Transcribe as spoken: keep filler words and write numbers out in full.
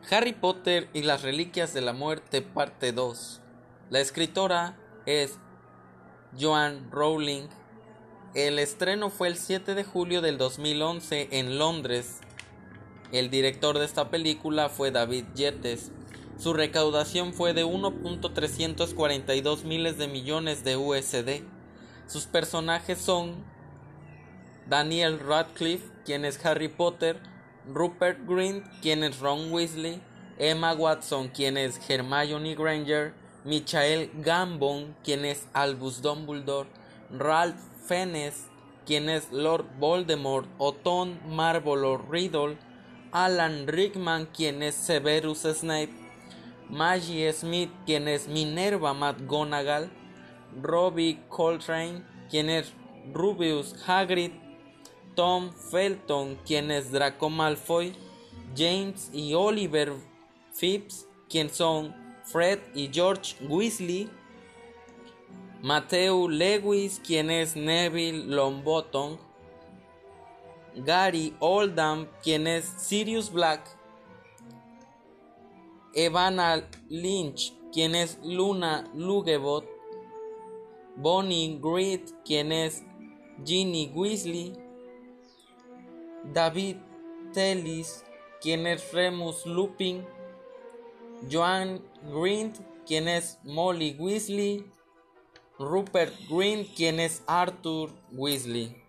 Harry Potter y las Reliquias de la Muerte, parte dos. La escritora es Joanne Rowling. El estreno fue el siete de julio del dos mil once en Londres. El director de esta película fue David Yates. Su recaudación fue de uno punto trescientos cuarenta y dos miles de millones de U S D. Sus personajes son Daniel Radcliffe, quien es Harry Potter, Rupert Grint, quien es Ron Weasley, Emma Watson, quien es Hermione Granger, Michael Gambon, quien es Albus Dumbledore, Ralph Fiennes, quien es Lord Voldemort o Tom Marvolo Riddle, Alan Rickman, quien es Severus Snape, Maggie Smith, quien es Minerva McGonagall, Robbie Coltrane, quien es Rubius Hagrid, Tom Felton, quien es Draco Malfoy, James y Oliver Phipps, quien son Fred y George Weasley, Matthew Lewis, quien es Neville Longbottom, Gary Oldham, quien es Sirius Black, Evanna Lynch, quien es Luna Lugebot, Bonnie Grit, quien es Ginny Weasley, David Tellis, quien es Remus Lupin, Joan Grint, quien es Molly Weasley, Rupert Grint, quien es Arthur Weasley.